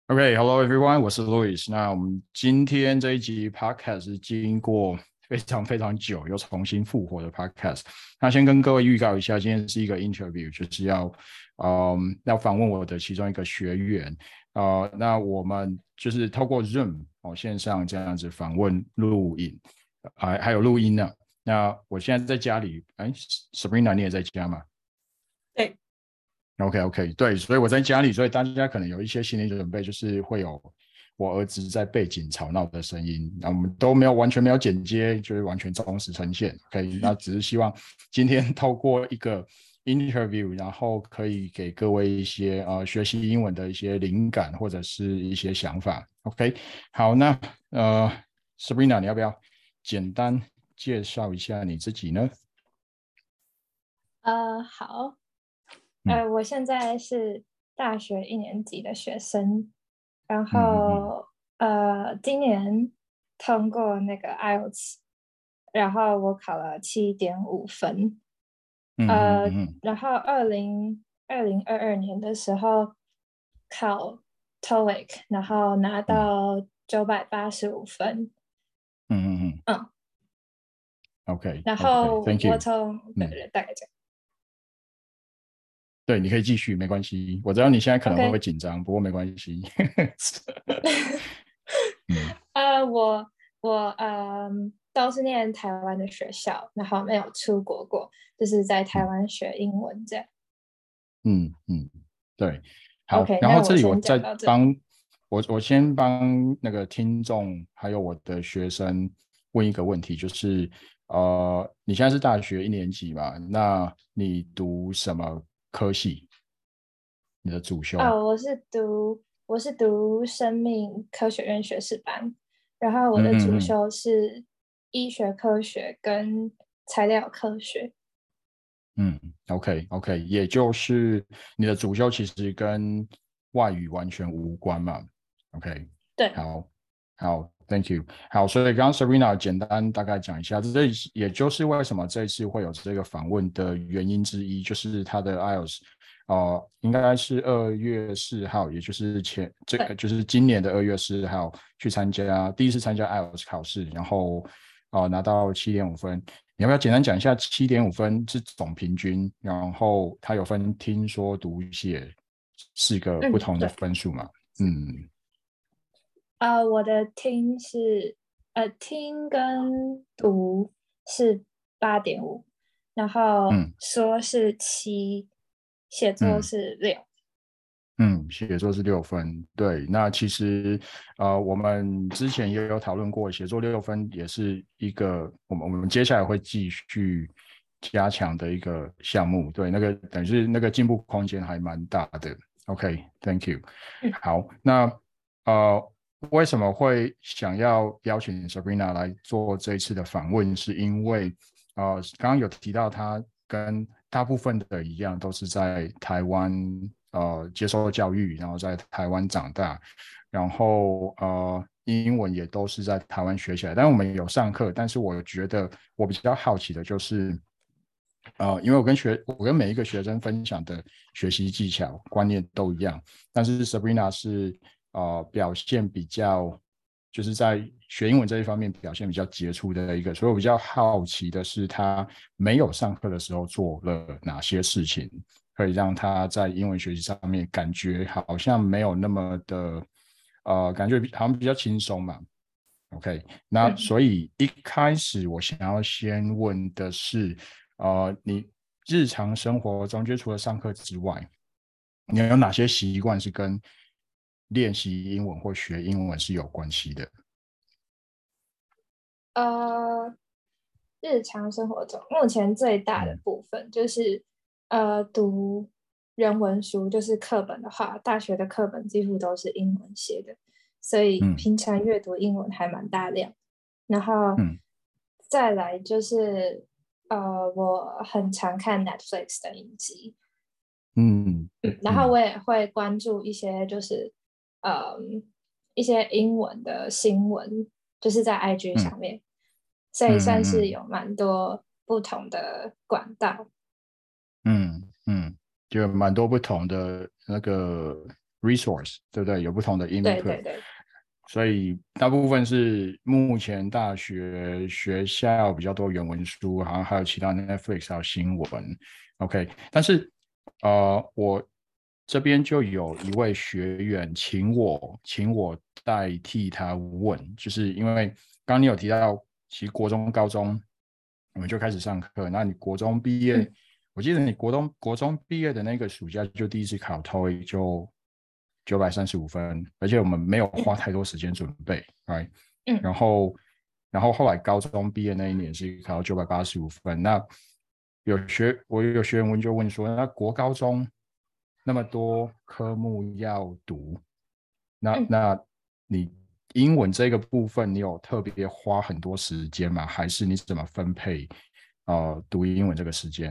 OK，Hello everyone，我是 Louis。那我们今天这一集 Podcast 是经过非常非常久又重新复活的 Podcast。那先跟各位预告一下，今天是一个 interview，就是要访问我的其中一个学员。那我们就是透过 Zoom 线上这样子访问录影，还有录音呢。那我现在在家里，Sabrina 你也在家吗？ 对， OK，对，所以我在家里，所以大家可能有一些心理准备，就是会有我儿子在背景吵闹的声音，那我们都完全没有剪接，就是完全忠实呈现。OK，那只是希望今天透过一个 interview，然后可以给各位一些学习英文的一些灵感或者是一些想法。OK，好，那Sabrina，你要不要简单介绍一下你自己呢？ 好， 嗯我现在是大学1年级的学生，然嗯后今年通过那个 IELTS，然后我考了7.5分，然后2022年的时候考 TOEIC，然后拿嗯到985分， 嗯嗯嗯嗯，然后 ，OK，Thank 我 you。 从对嗯， 对大概这样对，你可以继续，没关系。我知道你现在可能会 ，OK。 紧张，不过没关系。嗯我都是念台湾的学校，然后没有出国过，就是在台嗯湾学英文这样。 嗯，对，好。 OK， 然后这里我那我先讲再到这里。 帮我先帮那个听众还有我的学生问一个问题，就是你现在是大学1年级嘛？那你读什么科系？你的主修？ 哦，我是读生命科学院学士班，然后我的主嗯修是医学科学跟材料科学。 OK，也就是你的主修其实跟外语完全无关嘛？OK， 对， 好，Thank you。好，所以刚刚 Serena 简单大概讲一下，这也就是为什么这一次会有这个访问的原因之一，就是他的 IELTS，应该是2月4号，也就是对， 就是今年的2月4号第一次参加 IELTS 考试，然后拿到7.5分。你要不要简单讲一下7.5分是总平均，然后它有分听说读写4个不嗯， 同的对。 分数嘛？嗯我的听跟读是8.5，然后嗯说是7，写作嗯是6。 写作是6分，对。那其实我们之前也有讨论过，写作6分也是一个我们接下来会继续加强的一个项目，对，那个等于是那个进步空间还蛮大的。OK，Thank you。 嗯， 好，那为什么会想要邀请 Sabrina 来做这一次的访问？是因为刚刚有提到她跟大部分的一样，都是在台湾接受教育，然后在台湾长大，然后英文也都是在台湾学起来。但我们有上课，但是我觉得我比较好奇的就是。因为我跟每一个学生分享的学习技巧观念都一样，但是 Sabrina 是表现比较，就是在学英文这一方面表现比较杰出的一个，所以我比较好奇的是，他没有上课的时候做了哪些事情，可以让他在英文学习上面感觉好像没有那么的，感觉好像比较轻松嘛。OK，那嗯， 所以一开始我想要先问的是，你日常生活中就除了上课之外，你有哪些习惯是跟练习英文或学英文是有关系的？ 呃，日常生活中目前最大的嗯部分就是读人文书，就是课本的话，大学的课本几乎都是英文写的，所以嗯平常阅读英文还蛮大量。然后嗯再来就是我很常看 Netflix 的影集， 嗯然后嗯我也会关注一些一些英文的新闻，就是在 IG 嗯上面，所以算是嗯有蛮多不同的管道。 就蛮多不同的那个 resource， 对不对？有不同的 input， 对对对， 所以大部分是目前大学学校比较多原文书，好像还有其他 Netflix 还有新闻。OK， 但是我这边就有一位学员请我代替他问，就是因为刚刚你有提到，其实国中、高中我们就开始上课，那你国中毕业，我记得你国中毕业的那个暑假就第一次考 TOEIC 就935分，而且我们没有花太多时间准备，right？然后后来高中毕业那一年是考到985分，那我有学员就问说，那国高中那么多科目要读，那你英文这个部分，你有特别花很多时间吗？还是你怎么分配读英文这个时间？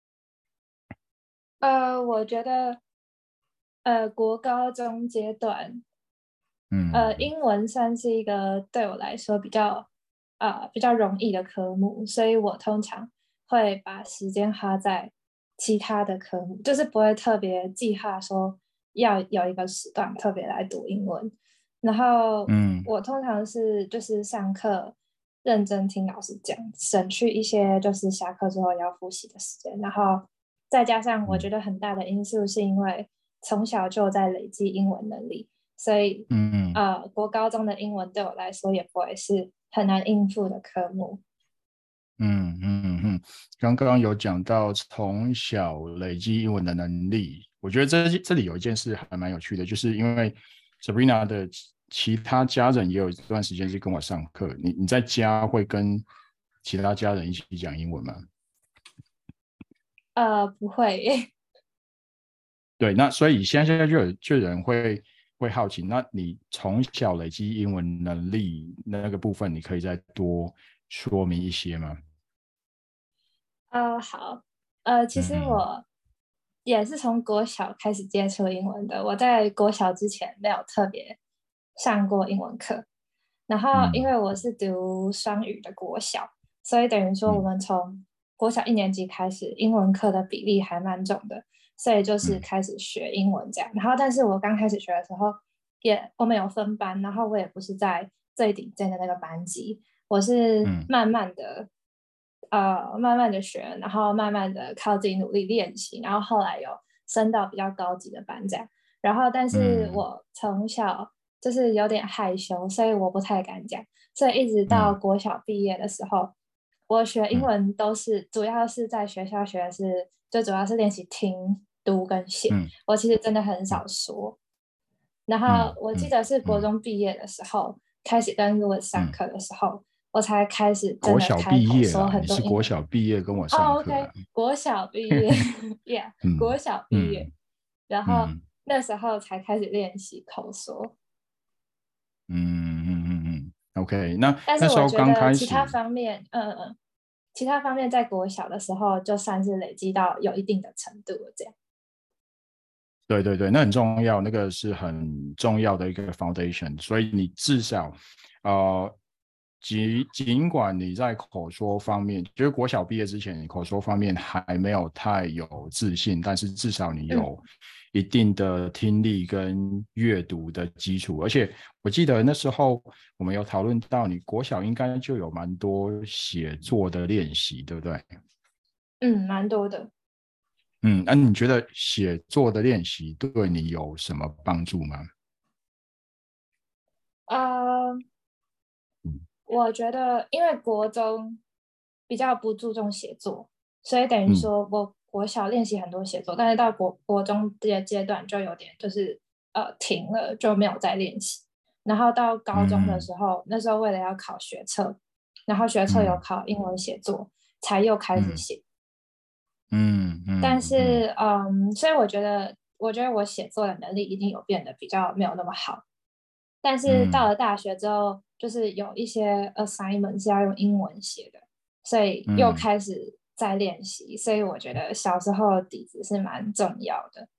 我觉得国高中阶段，英文算是一个对我来说比较容易的科目，所以我通常会把时间花在其他的科目，就是不会特别计划说要有一个时段特别来读英文。然后我通常是就是上课认真听老师讲，省去一些就是下课之后要复习的时间，然后再加上我觉得很大的因素是因为从小就在累积英文能力，所以国高中的英文对我来说也不会是很难应付的科目。 刚刚有讲到从小累积英文的能力，我觉得这里有一件事还蛮有趣的，就是因为 Sabrina 的其他家人也有一段时间是跟我上课，你在家会跟其他家人一起讲英文吗？ 不会。 对，那所以现在就有人会好奇，那你从小累积英文能力那个部分，你可以再多说明一些吗？ 好，其实我也是从国小开始接触英文的。我在国小之前没有特别上过英文课，然后因为我是读双语的国小，所以等于说我们从国小1年级开始，英文课的比例还蛮重的，所以就是开始学英文这样。然后，但是我刚开始学的时候，我们有分班，然后我也不是在最顶尖的那个班级，我是慢慢的学，然后慢慢的靠自己努力练习，然后后来有升到比较高级的班这样。然后，但是我从小就是有点害羞，所以我不太敢讲。所以一直到国小毕业的时候，我学英文都是主要是在学校学的是，就主要是练习听、读跟写。我其实真的很少说。然后我记得是国中毕业的时候，开始跟 Louis 上课的时候，我才开始真的国小开口毕业啦， 说很多你是国英文。 小毕业跟我上哦课啊？ ，OK，国小毕业，Yeah，国小毕业， 嗯然后嗯那时候才开始练习口说。 OK， 但是我那时候觉得刚开始， 其他方面在国小的时候就算是累积到有一定的程度了，这样。 对对对，那很重要，那个是很重要的一个 foundation，所以你至少，尽管你在口说方面，就是国小毕业之前，你口说方面还没有太有自信，但是至少你有一定的听力跟阅读的基础，而且我记得那时候我们有讨论到，你国小应该就有蛮多写作的练习，对不对？ 蛮多的。 那你觉得写作的练习对你有什么帮助吗？ 呃，我觉得因为国中比较不注重写作，所以等于嗯说我国小练习很多写作，但是到国中这些阶段就有点就是停了，就没有再练习。然后到高中的嗯时候，那时候为了要考学测，然后学测有嗯考英文写作，才又开始嗯写。 嗯嗯但嗯是所以我觉得我写作的能力一定有变得比较没有那么好。但是到嗯了大学之后，就是有一些 assignment 是要用英文写的，所以又嗯开始在练习。所以我觉得小时候的底子是蛮重要的。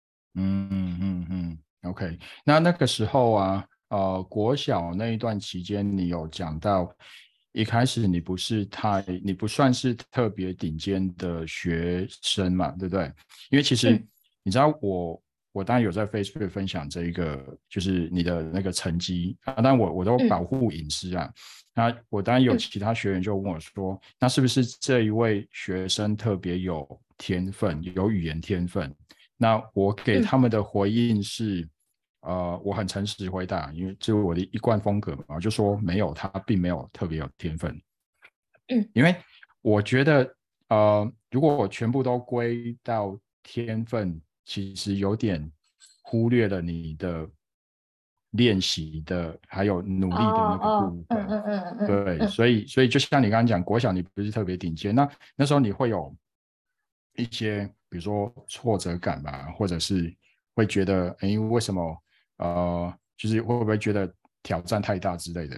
OK，那个时候啊，国小那一段期间，你有讲到一开始你不算是特别顶尖的学生嘛，对不对？因为其实嗯你知道我当然有在 Facebook 分享这一个，就是你的那个成绩啊，当然我都保护隐私啊。那我当然有其他学员就问我说，那是不是这一位学生特别有天分，有语言天分？那我给他们的回应是，我很诚实回答，因为这是我的一贯风格嘛，我就说没有，他并没有特别有天分。因为我觉得，如果我全部都归到天分，其实有点忽略了你的练习的，还有努力的那个部分。对，所以就像你刚刚讲，国小你不是特别顶尖，那时候你会有一些，比如说挫折感吧，或者是会觉得，哎，为什么就是会不会觉得挑战太大之类的？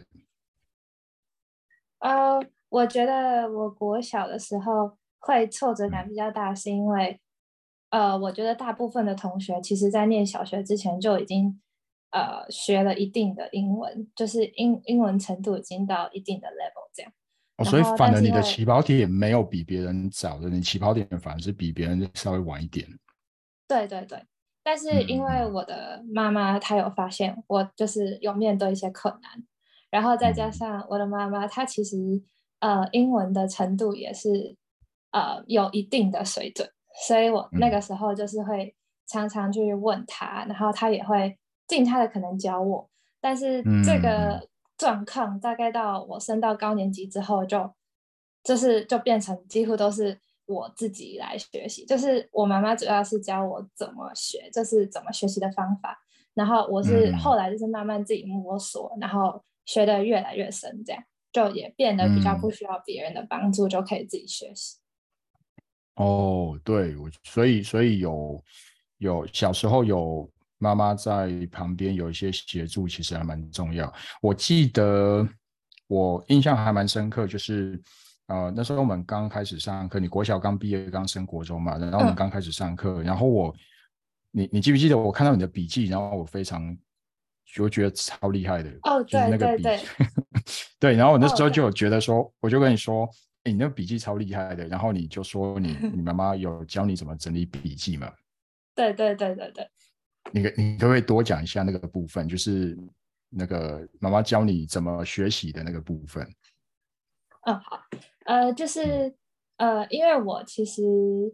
我觉得我国小的时候会挫折感比较大，是因为我觉得大部分的同学其实在念小学之前就已经学了一定的英文，就是英文程度已经到一定的 level 这样。然所以后， 反而你的但是因为起跑点没有比别人早的，你起跑点反而是比别人稍微晚一点。 对对对，但是因为我的妈妈她有发现我就是有面对一些困难，然后再加上我的妈妈她其实英文的程度也是有一定的水准，所以我那个时候就是会常常去问她，然后她也会尽她的可能教我，但是这个状况大概到我升到高年级之后就变成几乎都是我自己来学习，就是我妈妈主要是教我怎么学，就是怎么学习的方法，然后我是后来就是慢慢自己摸索，然后学的越来越深，这样就也变得比较不需要别人的帮助就可以自己学习。 哦，对，所以有小时候有妈妈在旁边有一些协助，其实还蛮重要。我记得我印象还蛮深刻，就是那时候我们刚开始上课，你国小刚毕业，刚升国中嘛，然后我们刚开始上课，然后你记不记得我看到你的笔记，然后我非常就觉得超厉害的， 哦， 就是对那个笔记， 对对， 对，然后我那时哦对候就有觉得说，我就跟你说。欸你那个笔记超厉害的，然后你就说你妈妈有教你怎么整理笔记嘛？ 对对对对对， 你可不可以多讲一下那个部分，就是那个妈妈教你怎么学习的那个部分？ 嗯好，就嗯是因为我其实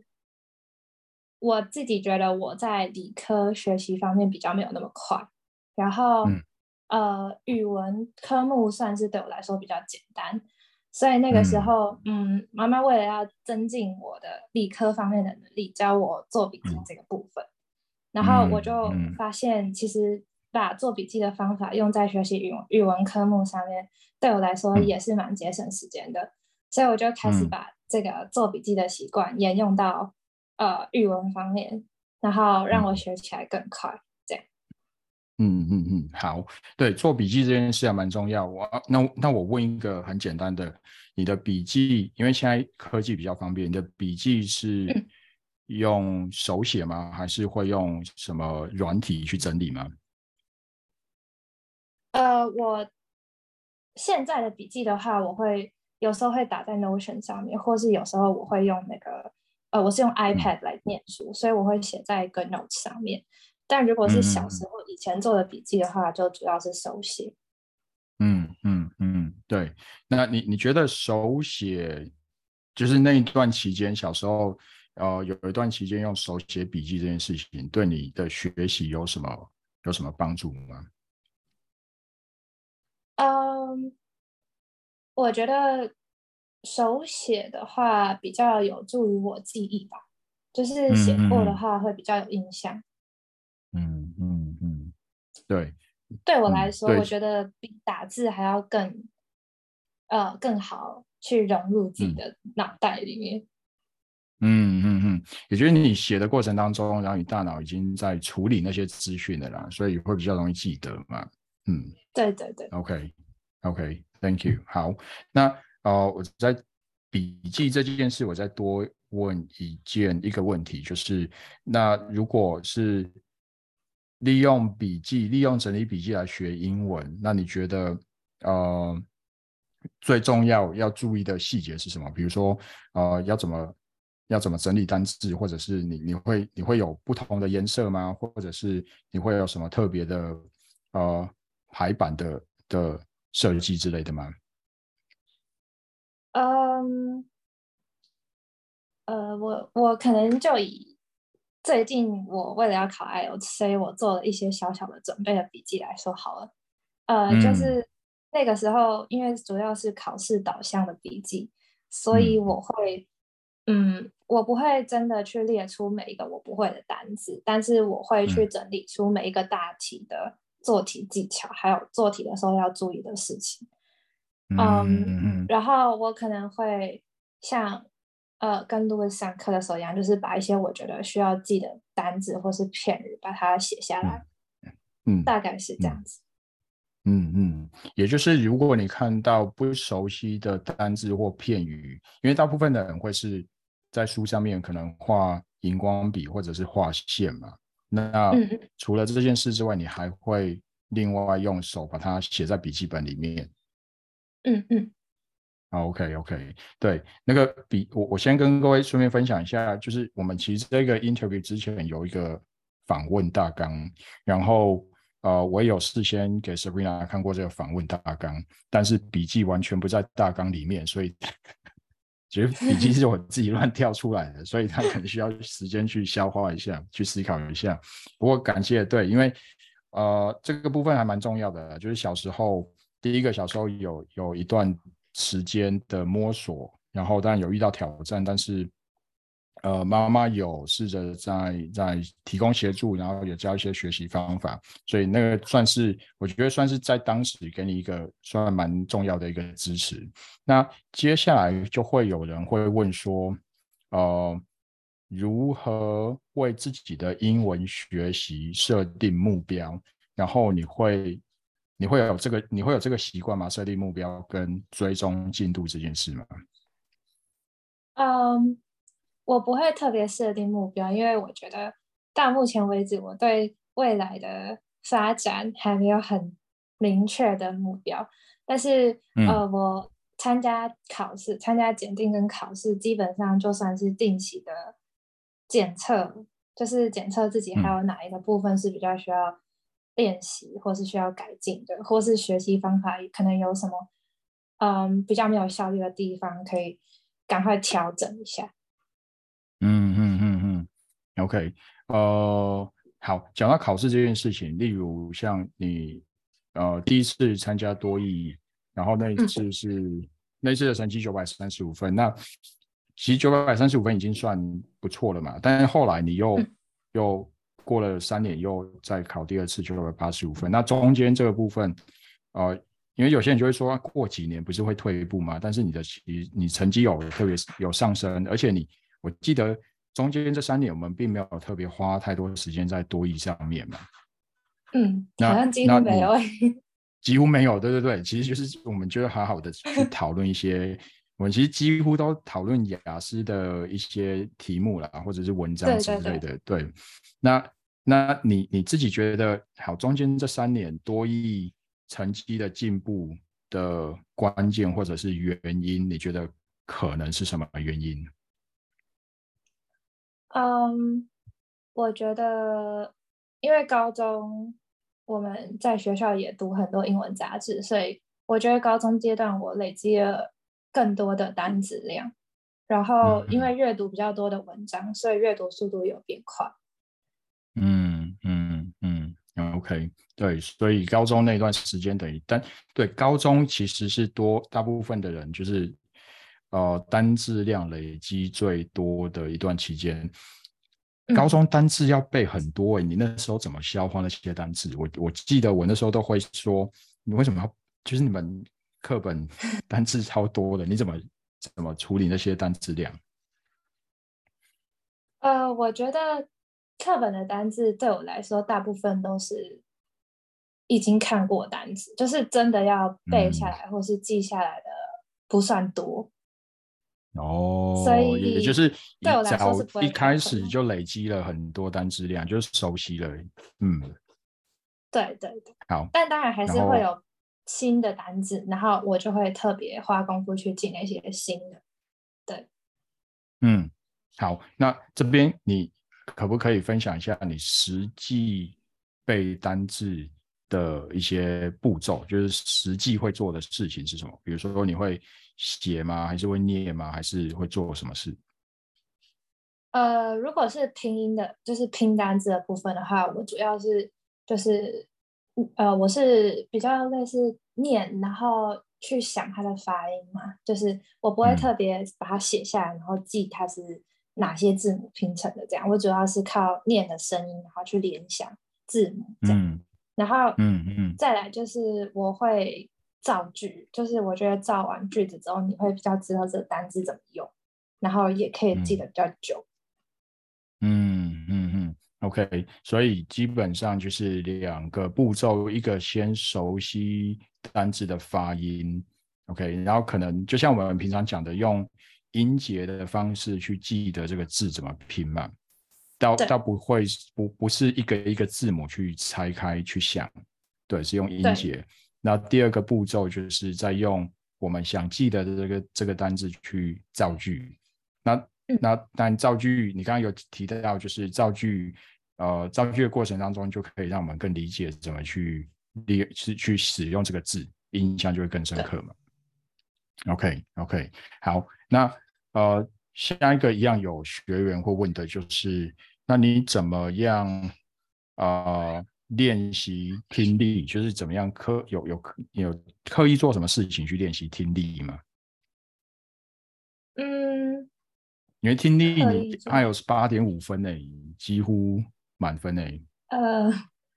我自己觉得我在理科学习方面比较没有那么快，然后嗯语文科目算是对我来说比较简单，所以那个时嗯候，妈妈为了要增进我的理科方面的能力，教我做笔记嗯这个部分，然后我就嗯嗯发现，其实把做笔记的方法用在学习语文科目上面，对我来说嗯也是蛮节省时间的，所以我就开始嗯把这个做笔记的习惯沿用到语文方面，然后让我嗯学起来更快。这样， 好，对，做笔记这件事还蛮重要。那我问一个很简单的，你的笔记，因为现在科技比较方便，你的笔记是用手写吗？还是会用什么软体去整理吗？ 我现在的笔记的话，我会有时候会打在 Notion 上面，或是有时候我会用那个我是用嗯 iPad 来念书，所以我会写在 GoodNotes 上面。但如果是小时嗯嗯候以前做的笔记的话，就主要是手写。 对。那你觉得手写就是那一段期间，小时候有一段期间用手写笔记这件事情，对你的学习有什么帮助吗？ 嗯，我觉得手写的话比较有助于我记忆吧，就是嗯写过的嗯话会比较有印象。 对， 对我来说， 对， 我觉得比打字还要更好去融入自己嗯的脑袋里面。 也就是你写的过程当中，然后你大脑已经在处理那些资讯的啦，所以会比较容易记得嘛。嗯对对对， ，OK，Thank you。好，那我在笔记这件事，我再多问一个问题，就是那如果是利用整理笔记来学英文，那你觉得呃最重要要注意的细节是什么？比如说要怎么要怎么整理单字，或者是你会有不同的颜色吗？或者是你会有什么特别的排版的设计之类的吗？ 嗯，我可能就以最近我为了要考 IELTS，所以我做了一些小小的准备的笔记来说好了。就嗯是那个时候，因为主要是考试导向的笔记，所以嗯我不会真的去列出每一个我不会的单词，但是我会去嗯整理出每一个大题的做题技巧，还有做题的时候要注意的事情。 嗯然后我可能会像跟路易上课的时候一样，就是把一些我觉得需要记的单字或是片语把它写下来， 嗯嗯大概是这样嗯子。 也就是如果你看到不熟悉的单字或片语，因为大部分的人会是在书上面可能画荧光笔或者是画线嘛，那嗯嗯除了这件事之外，你还会另外用手把它写在笔记本里面。 嗯嗯 OK OK，对，那个我先跟各位顺便分享一下，就是我们其实这个 interview 之前有一个访问大纲，然后我也有事先给 Sabrina 看过这个访问大纲，但是笔记完全不在大纲里面，所以其实笔记是我自己乱跳出来的，所以他可能需要时间去消化一下，去思考一下。不过感谢，对，因为这个部分还蛮重要的，就是小时候第一个小时候有一段时间的摸索，然后当然有遇到挑战，但是妈妈有试着在提供协助，然后也教一些学习方法，所以那个算是我觉得算是在当时给你一个算蛮重要的一个支持。那接下来就会有人会问说，呃，如何为自己的英文学习设定目标？然后你会有这个习惯吗？设定目标跟追踪进度这件事吗？ 嗯，我不会特别设定目标，因为我觉得到目前为止，我对未来的发展还没有很明确的目标。但是嗯我参加考试、参加检定跟考试，基本上就算是定期的检测，就是检测自己还嗯有哪一个部分是比较需要练习，或是需要改进的，或是学习方法可能有什么比较没有效率的地方，可以赶快调整一下。 OK，好，讲到考试这件事情，例如像你第一次参加多益，然后嗯那一次的成绩935分，那其实935分已经算不错了嘛，但是后来你嗯又过了3年，又再考第二次985分，那中间这个部分，因为有些人就会说过几年不是会退步嘛，但是你成绩有特别有上升，而且我记得中间这3年我们并没有特别花太多时间在多益上面嘛。 嗯，好那像几乎没有那你欸。 几乎没有，对对对，其实就是我们就好好的去讨论一些，我们其实几乎都讨论雅思的一些题目啦，或者是文章对对对， 之类的。对，那你自己觉得好，中间这3年多益成绩的进步的关键或者是原因，你觉得可能是什么原因？ 嗯，我觉得因为高中我们在学校也读很多英文杂志，所以我觉得高中阶段我累积了更多的单词量，然后因为嗯阅读比较多的文章，所以阅读速度有变快。 OK，对，所以高中那段时间等于，对高中其实是大部分的人就是单字量累积最多的一段期间。高嗯。 中单字要背很多你那时候怎么消化那些单字？我记得我那时候都会说，你为什么要就是你们课本单字超多的，你怎么处理那些单字量？ 我觉得课本的单字对我来说，大部分都是已经看过单词，就是真的要背下嗯。 来或是记下来的不算多，所哦，也就以是对我来说是不会一开太困难。 始就累积了很多单质量，就是熟悉了。嗯， 对对对， 好， 但当然还然后是会有新的单字，然后我就会特别花功夫去记那些新的。对， 嗯好，那这边你可不可以分享一下你实际背单字的一些步骤，就是实际会做的事情是什么？比如说你会写吗？还是会念吗？还是会做什么事？ 如果是拼音的，就是拼单字的部分的话，我主要是就是我是比较类似念，然后去想它的发音嘛，就是我不会特嗯别把它写下来，然后记它是哪些字母拼成的这样。我主要是靠念的声音，然后去联想字母这样。 嗯然后嗯再来就是我会造句，就是我觉得造完句子之后，你会比较知道这个单字怎么用，然后也可以记嗯得比较久。 OK，所以基本上就是两个步骤，一个先熟悉单字的发音，OK，然后可能就像我们平常讲的，用音节的方式去记得这个字怎么拼嘛，倒对不会不是一个一个字母去拆开去想，对，是用音对节。那第二个步骤就是在用我们想记得的这个单字去造句。那嗯但造句，你刚刚有提到，就是造句的过程当中，就可以让我们更理解怎么去使用这个字，印象就会更深对， 刻嘛。OK，好，那下一个一样有学员会问的就是，那你怎么样练习听力？就是怎么样有刻意做什么事情去练习听力吗？ 嗯， 因为听力可你以做。 IELTS 8.5分诶，几乎满分诶。 呃，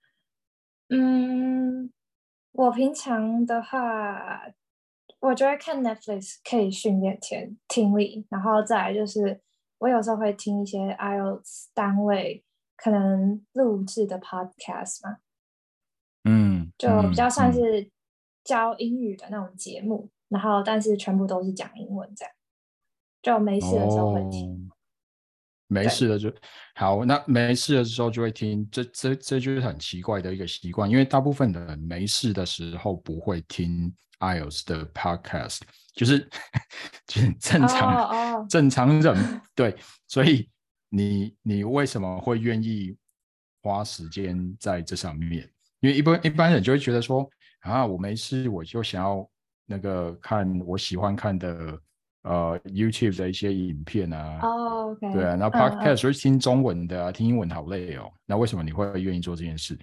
嗯，我平常的话，我就会看 Netflix，可以训练听力，然后再来就是我有时候会听一些 IELTS 单位可能录制的 podcast 嘛， 嗯就比较嗯嗯， 算是教英语的那种节目，然后但是全部都是讲英文这样，就没事的时候会哦， 听。对， 没事了就好。那没事的时候就会听，这就是很奇怪的一个习惯，因为大部分的人没事的时候不会听 IELTS 的 podcast，就是就是哦正常哦， 正常人对，所以你为什么会愿意花时间在这上面？因为一般人就会觉得说啊，我没事，我就想要那个看我喜欢看的YouTube 的一些影片啊， 哦，OK， 对啊，然后嗯 Podcast 嗯。 是听中文的啊，听英文好累哦。那为什么你会愿意做这件事？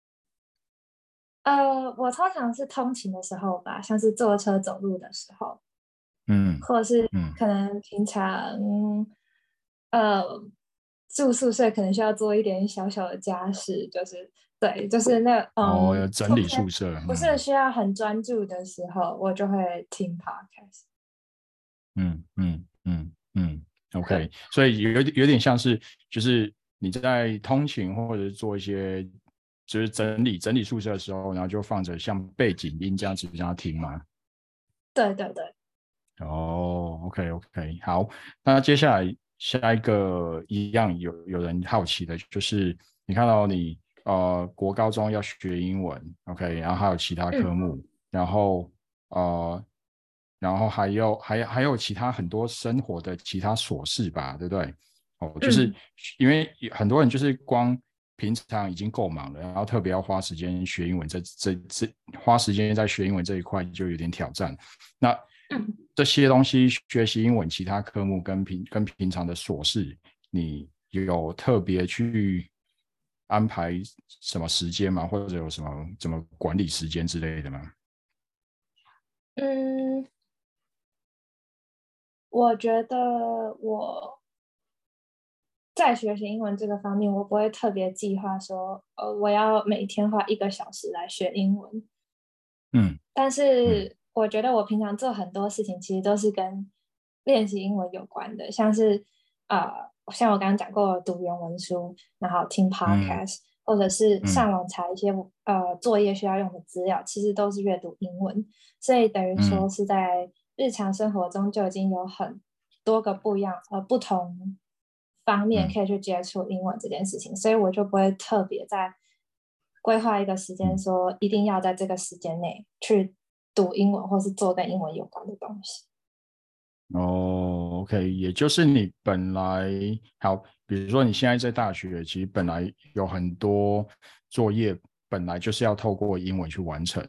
我通常是通勤的时候吧，像是坐车走路的时候， 嗯或者是嗯， 可能平常呃住宿舍可能需要做一点小小的家事，就是对，就是那哦，要整理出现宿舍， 不是需要很专注的时候，我就会听 podcast。 OK， 对， 所以有点像是，就是你在通勤或者是做一些，就是整理宿舍的时候，然后就放着像背景音这样子让他听嘛。 对对对， 哦，OK，好，那接下来下一个一样有人好奇的，就是你看到你国高中要学英文，OK，然后还有其他科嗯目，然后呃还有其他很多生活的其他琐事吧，对不对？哦，就是嗯因为很多人就是光平常已经够忙了，然后特别要花时间学英文，花时间在学英文这一块就有点挑战。那嗯。 这些东西学习英文其他科目跟平常的琐事，你有特别去安排什么时间吗？或者有什么怎么管理时间之类的吗？ 嗯，我觉得我在学习英文这个方面，我不会特别计划说，我要每天花1个小时来学英文。 嗯但嗯是我觉得我平常做很多事情，其实都是跟练习英文有关的，像我刚刚讲过的读原文书，然后听嗯 podcast，或者是嗯上网查一些作业需要用的资料，其实都是阅读英文。所以等于说嗯是在日常生活中就已经有很多个不同方面嗯可以去接触英文这件事情，所以我就不会特别在规划一个时间， 嗯， 说一定要在这个时间内去读英文或是做跟英文有关的东西。 哦 OK，也就是你本来好，比如说你现在在大学，其实本来有很多作业本来就是要透过英文去完成，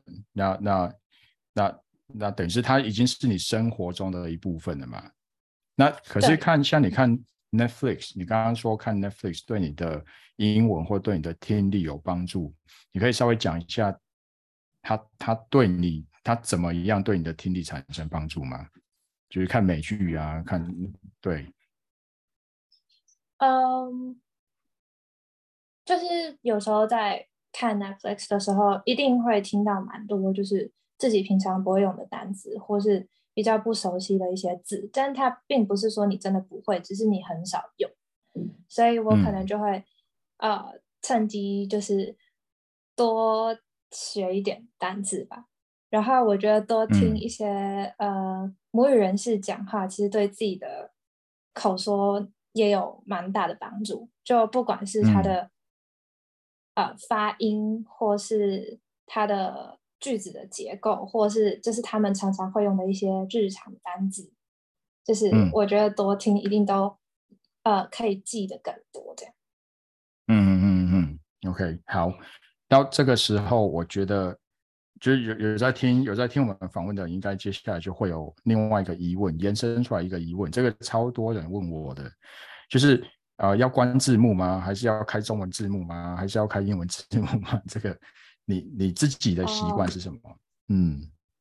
那等于是它已经是你生活中的一部分了嘛？那可是对， 像你看 Netflix，你刚刚说看 Netflix 对你的英文或对你的听力有帮助，你可以稍微讲一下它对你它怎么样对你的听力产生帮助吗？就是看美剧啊，对， 嗯，就是有时候在看 Netflix 的时候，一定会听到蛮多就是自己平常不会用的单词，或是比较不熟悉的一些字，但它并不是说你真的不会，只是你很少用，所以我可能嗯就会趁机就是多学一点单词吧。然后我觉得多听嗯一些母语人士讲话，其实对自己的口说也有蛮大的帮助。就不管是他嗯的发音，或是他的句子的结构，或是就是他们常常会用的一些日常单字，就是嗯我觉得多听一定都可以记得更多这样。 OK，好，到这个时候，我觉得就是有在听我们访问的，应该接下来就会有另外一个疑问延伸出来一个疑问，这个超多人问我的，就是要关字幕吗？还是要开中文字幕吗？还是要开英文字幕吗？这个你自己的习惯哦， 是什么？嗯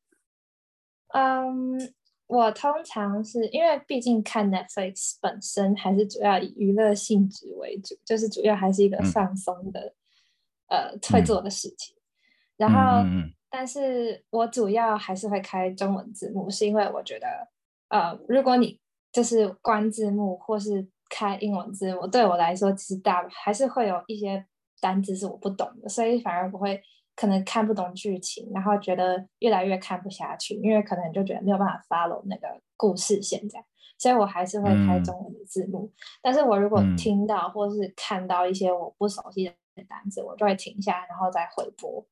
嗯，我通常是因为毕竟看 Netflix 本身还是主要以娱乐性质为主，就是主要还是一个嗯放松的会嗯做的事情。然后， 嗯嗯但是我主要还是会开中文字幕，是因为我觉得如果你就是关字幕或是开英文字幕，对我来说其实还是会有一些单字是我不懂的，所以反而我会可能看不懂剧情，然后觉得越来越看不下去，因为可能就觉得没有办法 follow 那个故事线这样，所以我还是会开嗯中文的字幕。但是我如果嗯听到或是看到一些我不熟悉的单词，我就会停下来，然后再回播。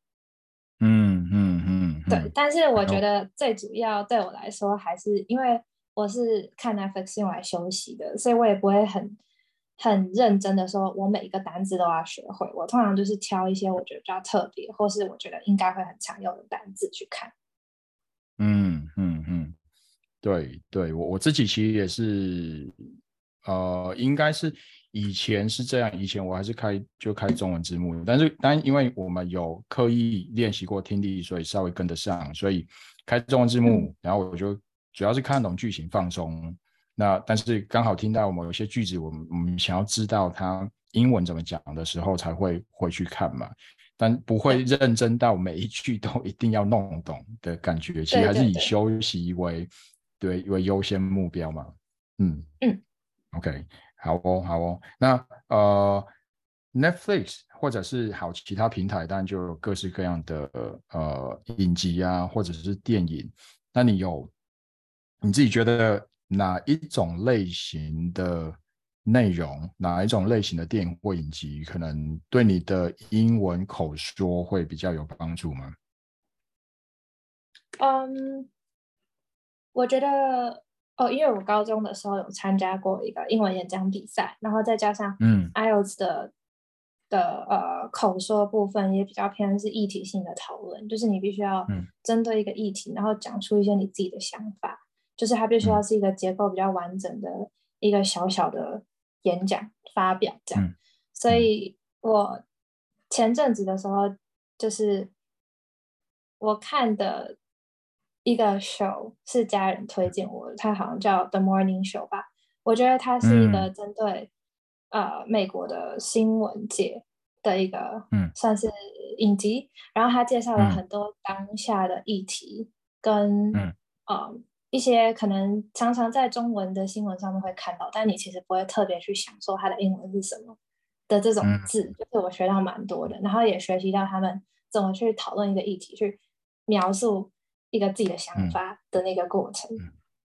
对，但是我觉好， 得最主要对我来说，还是因为我是看 Netflix 用来休息的，所以我也不会很认真的说，我每一个单字都要学会。我通常就是挑一些我觉得比较特别，或是我觉得应该会很常用的单字去看。 对对，我自己其实也是，应该是以前是这样，以前我还是开中文字幕，但因为我们有刻意练习过听力，所以稍微跟得上，所以开中文字嗯， 幕，然后我就主要是看懂句型放松。那但是刚好听到某一些句子，我们想要知道它英文怎么讲的时候，才会回去看嘛。但不会对认真到每一句都一定要弄懂的感觉，其实还是以对对对， 休息为优先目标嘛。嗯嗯 ，OK，好哦，好哦。那Netflix 或者是其他平台，当然就有各式各样的影集啊，或者是电影。那你自己觉得哪一种类型的内容，哪一种类型的电影或影集，可能对你的英文口说会比较有帮助吗？ 嗯，我觉得哦，因为我高中的时候有参加过一个英文演讲比赛，然后再加上嗯 IELTS 的口说部分也比较偏是议题性的讨论，就是你必须要嗯针对一个议题，然后讲出一些你自己的想法，就是它必须要嗯是一个结构比较完整的一个小小的演讲发表这样。 嗯所嗯以我前阵子的时候，就是我看的一个 show 是家人推荐我的，它好像叫《The Morning Show》吧。我觉得它是一个嗯针对美国的新闻界的一个嗯算是影集，然后它介绍了嗯很多当下的议题跟嗯呃一些可能常常在中文的新闻上面会看到，但你其实不会特别去想说它的英文是什么的这种嗯字，就是我学到蛮多的，然后也学习到他们怎么去讨论一个议题，去描述一个自己的想嗯法的那个过程。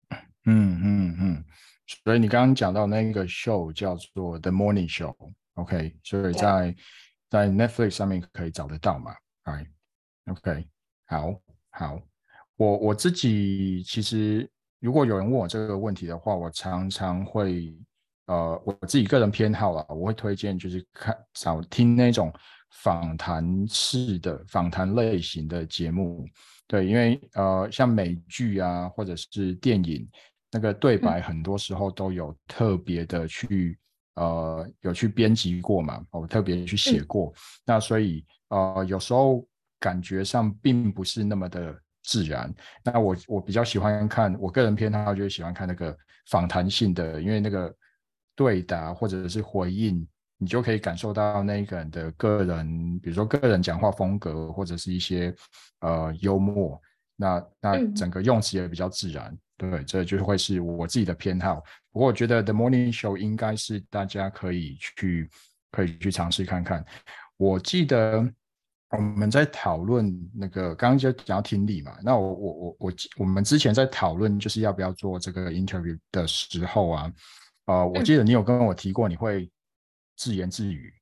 所以你刚刚讲到那个 show 叫做 The Morning Show，OK，所以对， 在 Netflix 上面可以找得到嘛？哎，OK，好，好，我自己其实如果有人问我这个问题的话，我常常会我自己个人偏好啦，我会推荐就是少听那种访谈式的访谈类型的节目。对，因为像美剧啊或者是电影，那个对白很多时候都有特别的去有去编辑过嘛，特别去写过，那所以有时候感觉上并不是那么的自然。那我比较喜欢看，我个人偏好就是喜欢看那个访谈性的，因为那个对答或者是回应，你就可以感受到那一个人的个人，比如说个人讲话风格或者是一些幽默，那整个用词也比较自然。对，这就会是我自己的偏好。不过我觉得 The Morning Show 应该是大家可以去尝试看看。我记得我们在讨论那个刚刚就讲到听力嘛，那我们之前在讨论就是要不要做这个 interview 的时候啊，我记得你有跟我提过你会自言自语，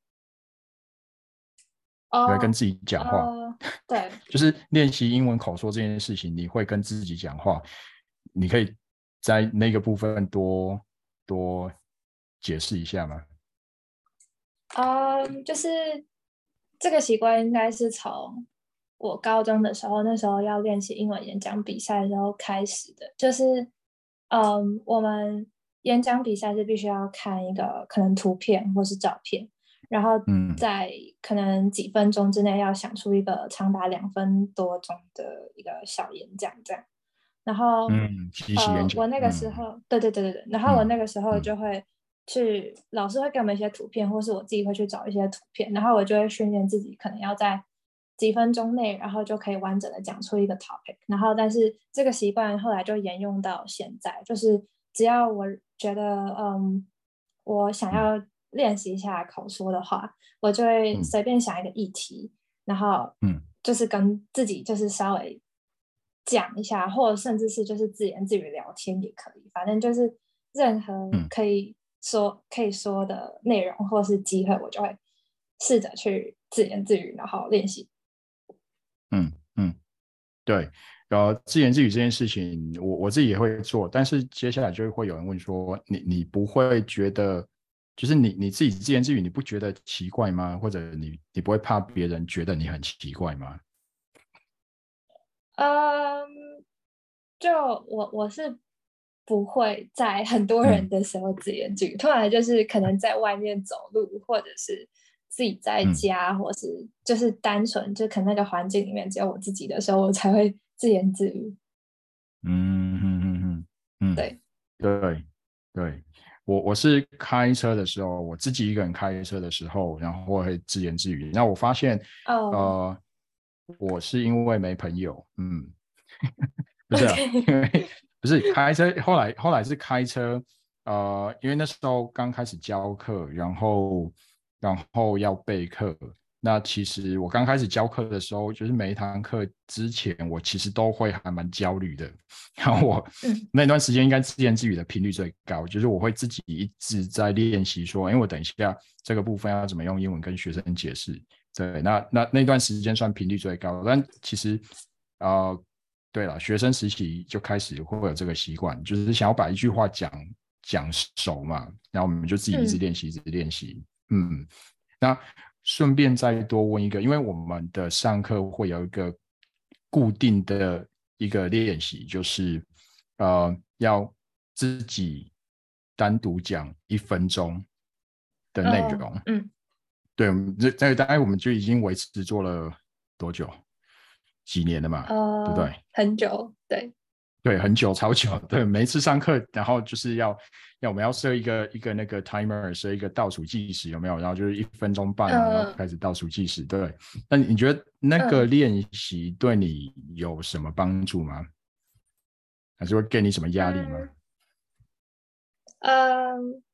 你会跟自己讲话， 对， 就是练习英文口说这件事情，你会跟自己讲话，你可以在那个部分多解释一下吗？ 就是这个习惯应该是从我高中的时候，那时候要练习英文演讲比赛的时候开始的。就是我们演讲比赛是必须要看一个可能图片或是照片，然后在可能几分钟之内要想出一个长达2分多钟的一个小演讲这样。然后即席演讲， 我那个时候，对，然后我那个时候就会去，老师会给我们一些图片，或是我自己会去找一些图片，然后我就会训练自己，可能要在几分钟内，然后就可以完整的讲出一个 topic。然后，但是这个习惯后来就沿用到现在，就是只要我觉得，我想要练习一下口说的话，我就会随便想一个议题，然后就是跟自己就是稍微讲一下，或者甚至是就是自言自语聊天也可以，反正就是任何可以说的内容或是机会，我就会试着去自言自语，然后练习。 对，自言自语这件事情，我自己也会做，但是接下来就会有人问说，你不会觉得，就是你自己自言自语，你不觉得奇怪吗？或者你不会怕别人觉得你很奇怪吗？ 嗯，就我是不会在很多人嗯的时候自言自语，突然就是可能在外面走路，或者是自己在嗯家，或是就是单纯就可能那个环境里面只有我自己的时候，我才会自言自语。 嗯嗯嗯嗯嗯， 对， 对对，我是开车的时候，我自己一个人开车的时候，然后我会自言自语。那我发现， 哦呃，我是因为没朋友，不是啊，因 ，OK， 为不是开车，后来是开车，因为那时候刚开始教课，然后要备课。那其实我刚开始教课的时候，就是每一堂课之前，我其实都会还蛮焦虑的。然后我嗯那段时间应该自言自语的频率最高，就是我会自己一直在练习说，因为我等一下这个部分要怎么用英文跟学生解释。对，那段时间算频率最高，但其实对了，学生时期就开始会有这个习惯，就是想要把一句话讲熟嘛，然后我们就自己一直嗯练习，一直练习。那顺便再多问一个，因为我们的上课会有一个固定的一个练习，就是要自己单独讲1分钟的内容。对，这大概我们就已经维持做了多久？几年了嘛，对不对？ 很久，对， 对，很久，超久。对，每一次上课，然后就是我们要设一个那个 timer，设一个倒数计时，有没有？然后就是1分钟半哦，然后开始倒数计时。对，那你觉得那个嗯练习对你有什么帮助吗？还是会给你什么压力吗？ 嗯嗯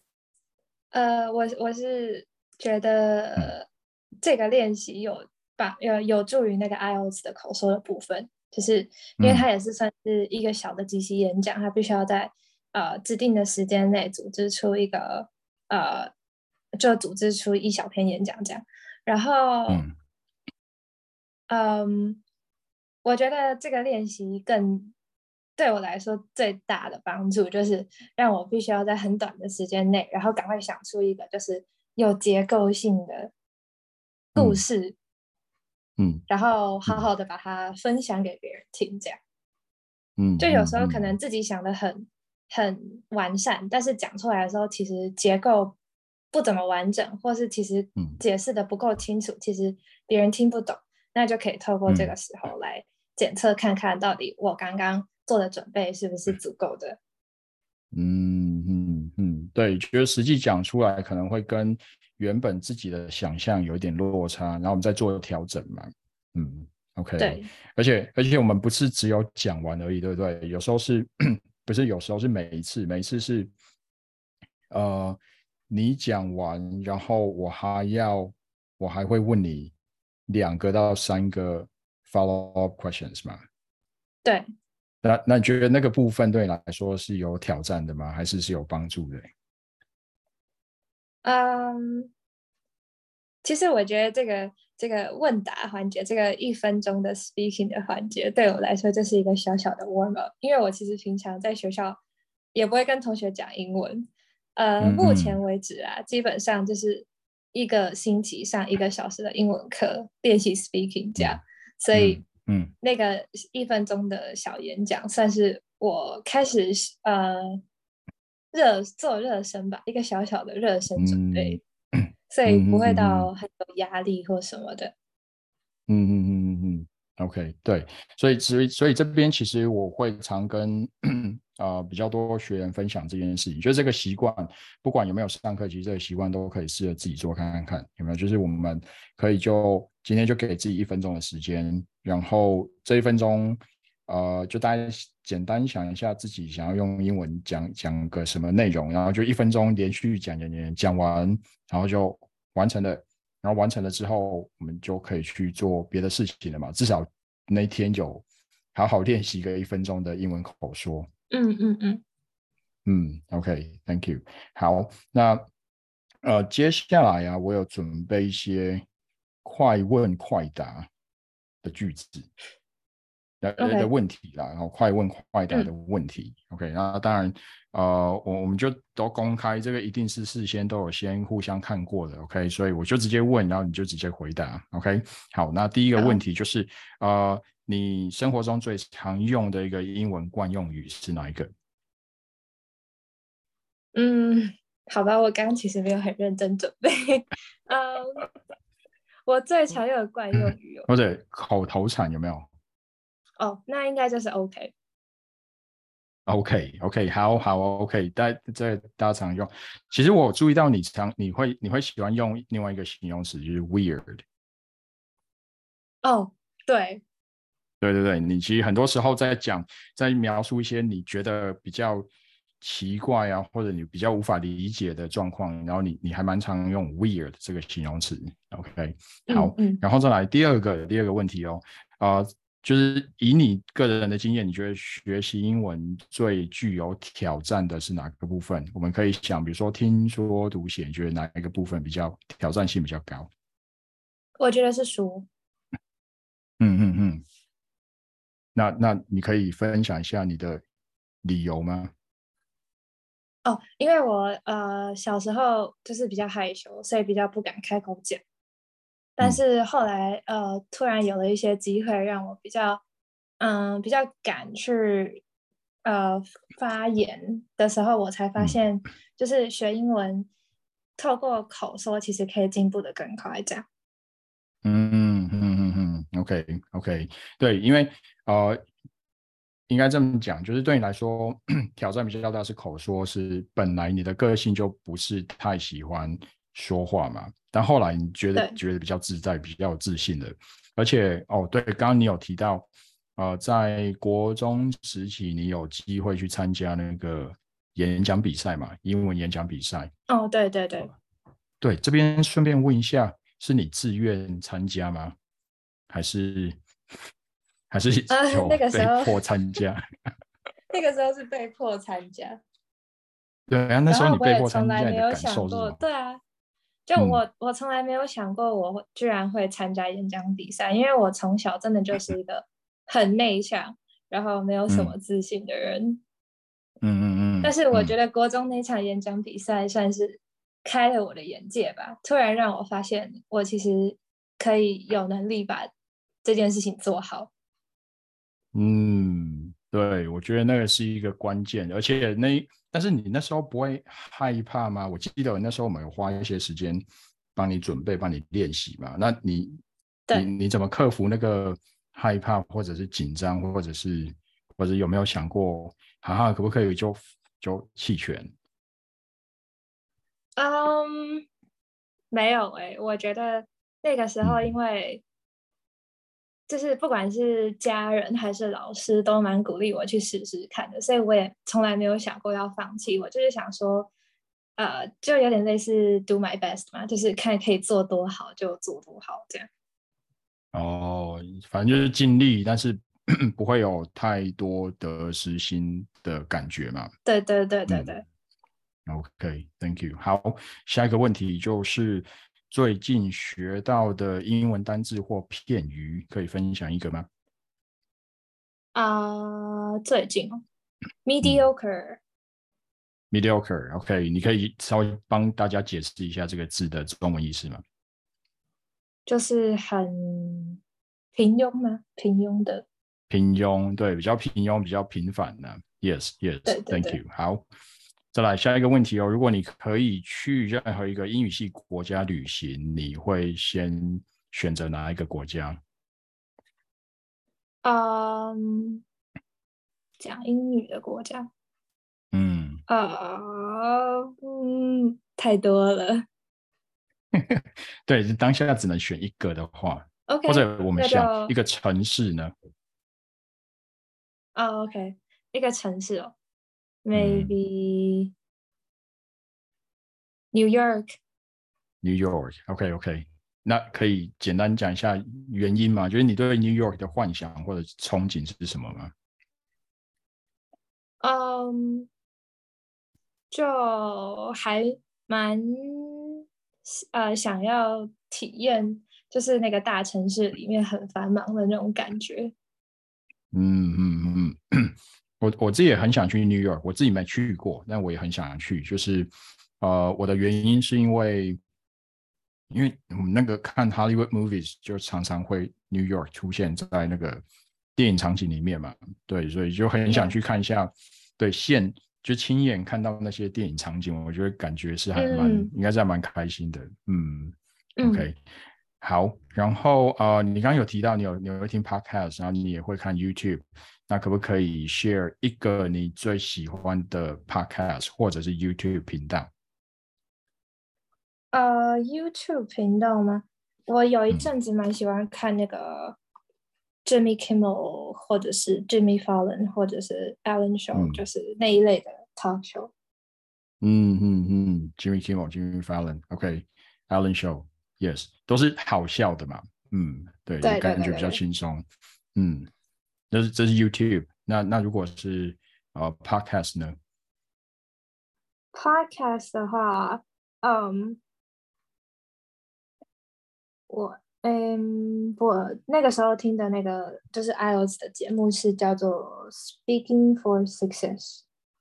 我是觉嗯得这个练习有助于那个 IELTS 的口说的部分，就是因为它嗯也是算是一个小的即席演讲，它必须要在指定的时间内呃，就组织出一小篇演讲这样。然后， 嗯嗯，我觉得这个练习对我来说最大的帮助就是让我必须要在很短的时间内，然后赶快想出一个就是有结构性的故嗯事， 嗯然后好嗯好的把它分享给别人听，这样。 嗯就有时候可能嗯嗯自己想的很完善，但是讲出来的时候，其实结构不怎么完整，或是其实嗯解释的不够清楚，其实别人听不懂，那就可以透过这嗯个时候来检测看看到底我刚刚做的准备是不是足够的。 对，觉得实际讲出来可能会跟原本自己的想象有一点落差，然后我们再做调整嘛。OK， 对， 而且我们不是只有讲完而已，对不对？有时候是不是有时候是每一次是你讲完，然后我还会问你2个到3个 follow up questions 嘛？ 对， 那你觉得那个部分对你来说是有挑战的吗？还是有帮助的？ 嗯，其实我觉得这个问答环节，这个1分钟的 speaking 的环节，对我来说就是一个小小的 warm up，因为我其实平常在学校也不会跟同学讲英文，目前嗯嗯为止啊，基本上就是一个星期上1个小时的英文课，练习 speaking 这样， 嗯所以嗯嗯那个1分钟的小演讲，算是我开始做热身吧，一个小小的热身准嗯备。所以不会嗯嗯到很有压力或什么的。 OK，对，所以这边其实我会常跟比较多学员分享这件事情，就是这个习惯，不管有没有上课，其实这个习惯都可以试着自己做看，有没有？就是我们可以就今天就给自己1分钟的时间，然后这1分钟，就大家简单想一下自己想要用英文讲个什么内容，然后就1分钟连续讲完，然后就完成了。然后完成了之后，我们就可以去做别的事情了嘛。至少那一天有好好练习个1分钟的英文口说。 嗯嗯嗯 OK，Thank you。好，那接下来啊，我有准备一些快问快答的句子。的 ，OK， 问题啦，然后快问快答的嗯， 问题。OK，那当然，我们就都公开，这个一定是事先都有先互相看过的。OK，所以我就直接问，然后你就直接回答。OK，好，那第一个问好， 题就是，你生活中最常用的一个英文惯用语是哪一个？ 嗯，好吧，我刚刚其实没有很认真准备。嗯，我最常用的惯用语哦， 或者口头禅有没有哦，那应该就是 OK。 ？OK，好，OK，大家常用。其实我有注意到你会喜欢用另外一个形容词，就是 weird。 哦，对， 对，你其实很多时候在描述一些你觉得比较奇怪啊，或者你比较无法理解的状况，然后你还蛮常用 weird 这个形容词。OK，好， 嗯嗯， 然后再来第二个问题哦，就是以你个人的经验，你觉得学习英文最具有挑战的是哪个部分？我们可以想，比如说听说读写，你觉得哪一个部分比较挑战性比较高？ 我觉得是书。 嗯，那你可以分享一下你的理由吗？ 哦，因为我小时候就是比较害羞，所以比较不敢开口讲。但嗯是后来突然有了一些机会，让我比较敢去呃发言的时候，我才发嗯现，就是学英文透过口说，其实可以进步的更快。这样， OK，对，因为呃，应该这么讲，就是对你来说挑战比较大是口说，是本来你的个性就不是太喜欢说话嘛，但后来你觉得对觉得比较自在，比较有自信的，而且对，刚刚你有提到，在国中时期你有机会去参加那个演讲比赛嘛，英文演讲比赛。 哦，对对对， 对，这边顺便问一下，是你自愿参加吗？还是还是有那个时候被迫参加？ 那个时候是被迫参加， 对啊，那然时候你被后我也迫参加，你从来没有的感想过， 受是什么？ 对啊，就嗯我从来没有想过居然会参加演讲比赛，因为我从小真的就是一个很内向， 然后没有什么自信的人。但是我觉得国中那场演讲比赛算是开了我的眼界吧，突然让我发现我其实可以有能力把这件事情做好。 对，我觉得那个是一个关键，而且但是你那时候不会害怕吗？我记得那时候我们有花一些时间帮你准备、帮你练习嘛。那你怎么克服那个害怕，或者是紧张，或者有没有想过，可不可以就弃权？ 没有我觉得那个时候因为就是不管是家人还是老师都蛮鼓励我去试试看的，所以我也从来没有想过要放弃。我就是想说，就有点类似 do my best 嘛，就是看可以做多好就做多好这样。 反正就是尽力，但是不会有太多得失心的感觉嘛。 对对对对对。 OK，Thank you。好，下一个问题就是最近学到的英文单字或片语，可以分享一个吗？ 最近mediocre。 mediocre，OK，你可以稍微帮大家解释一下这个字的中文意思吗？ 就是很平庸吗？平庸的。 平庸，对，比较平庸，比较平凡的。 对对 Yes，Yes，Thank 对。 you。好，再来下一个问题哦。如果你可以去任何一个英语系国家旅行，你会先选择哪一个国家？ 讲英语的国家。 嗯， 太多了。 对，当下只能选一个的话，或 OK， 者我们那就想一个城市呢？ OK，一个城市哦嗯 ，maybe New York。 ，New York，OK，那可以简单讲一下原因吗？就是你对 New York 的幻想或者憧憬是什么吗？ 嗯，就还蛮想要体验，就是那个大城市里面很繁忙的那种感觉。 我自己也很想去 New York，我自己没去过，但我也很想去。就是我的原因是因为我们那个看 Hollywood movies 就常常会 New York 出现在那个电影场景里面嘛，对，所以就很想 Yeah。 去看一下，对，就亲眼看到那些电影场景，我觉得感觉是嗯应该是还蛮开心的。 嗯。 OK，好，然后你刚刚有提到你会听 podcast，然后你也会看 YouTube，那可不可以 share 一个你最喜欢的 podcast 或者是 YouTube 频道？ YouTube 频道吗？我有一嗯阵子蛮喜欢看那个 Jimmy Kimmel，或者是 Jimmy Fallon，或者是 Ellen Show， 嗯就是那一类的 talk show。 Jimmy Kimmel、Jimmy Fallon，OK，Ellen Show，Yes，都是好笑的嘛，对，就对对感觉比较对对对。 轻松，嗯，这是 YouTube，那如果是Podcast 呢？ Podcast 的话，嗯，我那个时候听的那个就是 IELTS 的节目是叫做 Speaking for Success。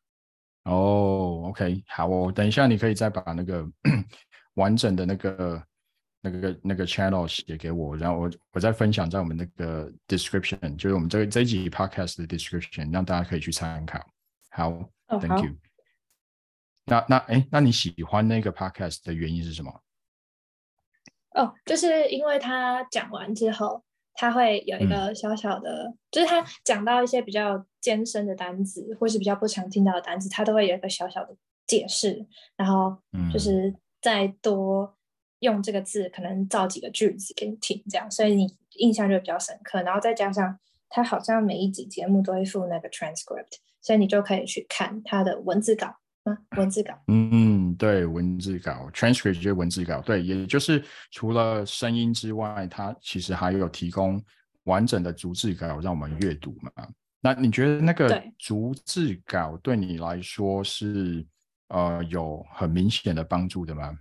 OK，好哦，等一下你可以再把那个完整的那个 channel 写给我，然后我再分享在我们那个 description，就是我们这一集 podcast 的 description，让大家可以去参考。好哦， ，Thank 好。 you。那你喜欢那个 podcast 的原因是什么？ 哦，就是因为他讲完之后，他会有一嗯个小小的，就是他讲到一些比较艰深的单词，或是比较不常听到的单词，他都会有一个小小的解释，然后就嗯。 是再多用这个字，可能造几个句子给你听，这样，所以你印象就比较深刻。然后再加上他好像每一集节目都会附那个 transcript，所以你就可以去看他的文字稿。文字稿。 对，文字稿 transcript 就是文字稿，对，也就是除了声音之外，它其实还有提供完整的逐字稿让我们阅读嘛。那你觉得那个对。 逐字稿对你来说是有很明显的帮助的吗？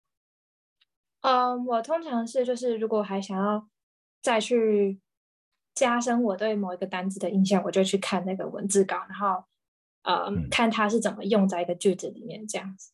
我通常是就是如果还想要再去加深我对某一个单字的印象，我就去看那个文字稿，然后看它是怎么用在一个句子里面这样子。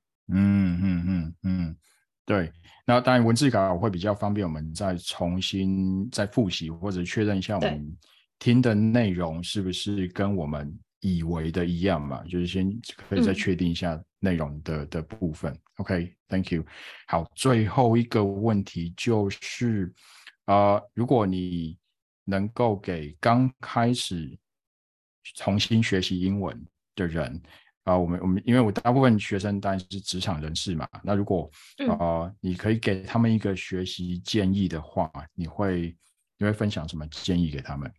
对。那当然文字稿会比较方便我们再重新再复习或者确认一下我们听的内容是不是跟我们以为的一样嘛，就是先可以再确定一下内容的部分。OK，Thank you。好，最后一个问题就是如果你能够给刚开始重新学习英文的人我们因为我大部分学生当然是职场人士嘛，那如果你可以给他们一个学习建议的话，你会分享什么建议给他们？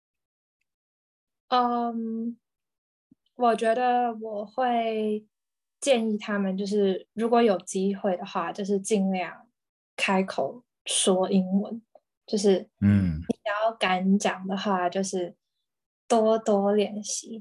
我觉得我会建议他们，就是如果有机会的话，就是尽量开口说英文。就是你要敢讲的话，就是多多练习。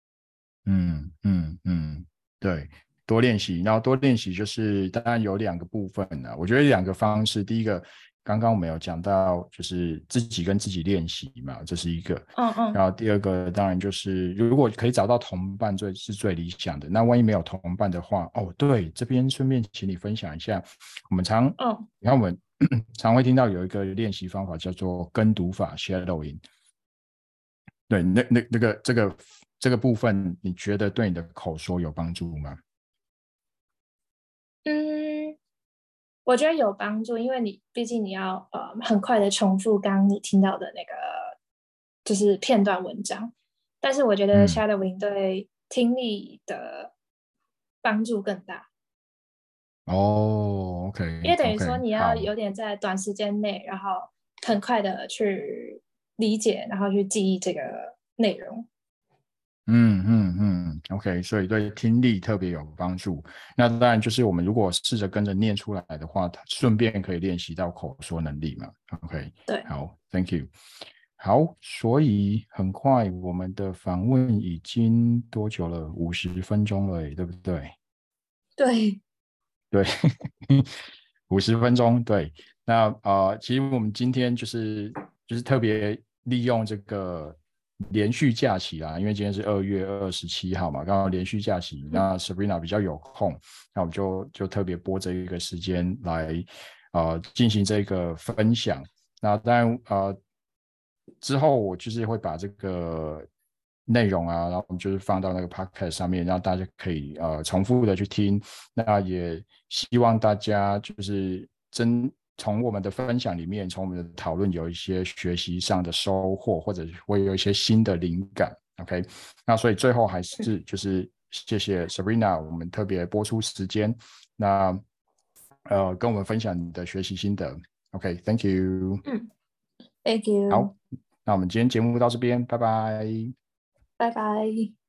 对，多练习，然后多练习就是当然有2个部分呢，我觉得2个方式，第一个刚刚我们有讲到，就是自己跟自己练习嘛，这是一个。然后第2个当然就是如果可以找到同伴是最理想的。那万一没有同伴的话，对，这边顺便请你分享一下，我们你看我们常会听到有一个练习方法叫做跟读法 shadowing。对，这个部分，你觉得对你的口说有帮助吗？ 我觉得有帮助，因为毕竟你要很快的重复刚刚你听到的那个就是片段文章，但是我觉得 shadowing 对听力的帮助更大。 OK， 因为等于说你要有点在短时间内，然后很快的去理解，然后去记忆这个内容。 OK， 所以对听力特别有帮助。那当然就是我们如果试着跟着念出来的话，顺便可以练习到口说能力嘛。OK， 对， 好 ，Thank you。好，所以很快我们的访问已经多久了？50分钟了耶，对不对？ 对， 对，50分钟。对，那其实我们今天就是特别利用这个连续假期啦，因为今天是2月27号嘛，刚好连续假期，那 Sabrina 比较有空，那我们就特别拨这一个时间来进行这个分享。那当然之后我就是会把这个内容然后就是放到那个 podcast 上面，让大家可以重复的去听。那也希望大家就是从我们的分享里面，从我们的讨论有一些学习上的收获，或者会有一些新的灵感。OK， 那所以最后还是就是谢谢 Sabrina， 我们特别播出时间，那跟我们分享你的学习心得。OK，Thank you。Thank you。 好，那我们今天节目到这边，拜拜。 拜拜。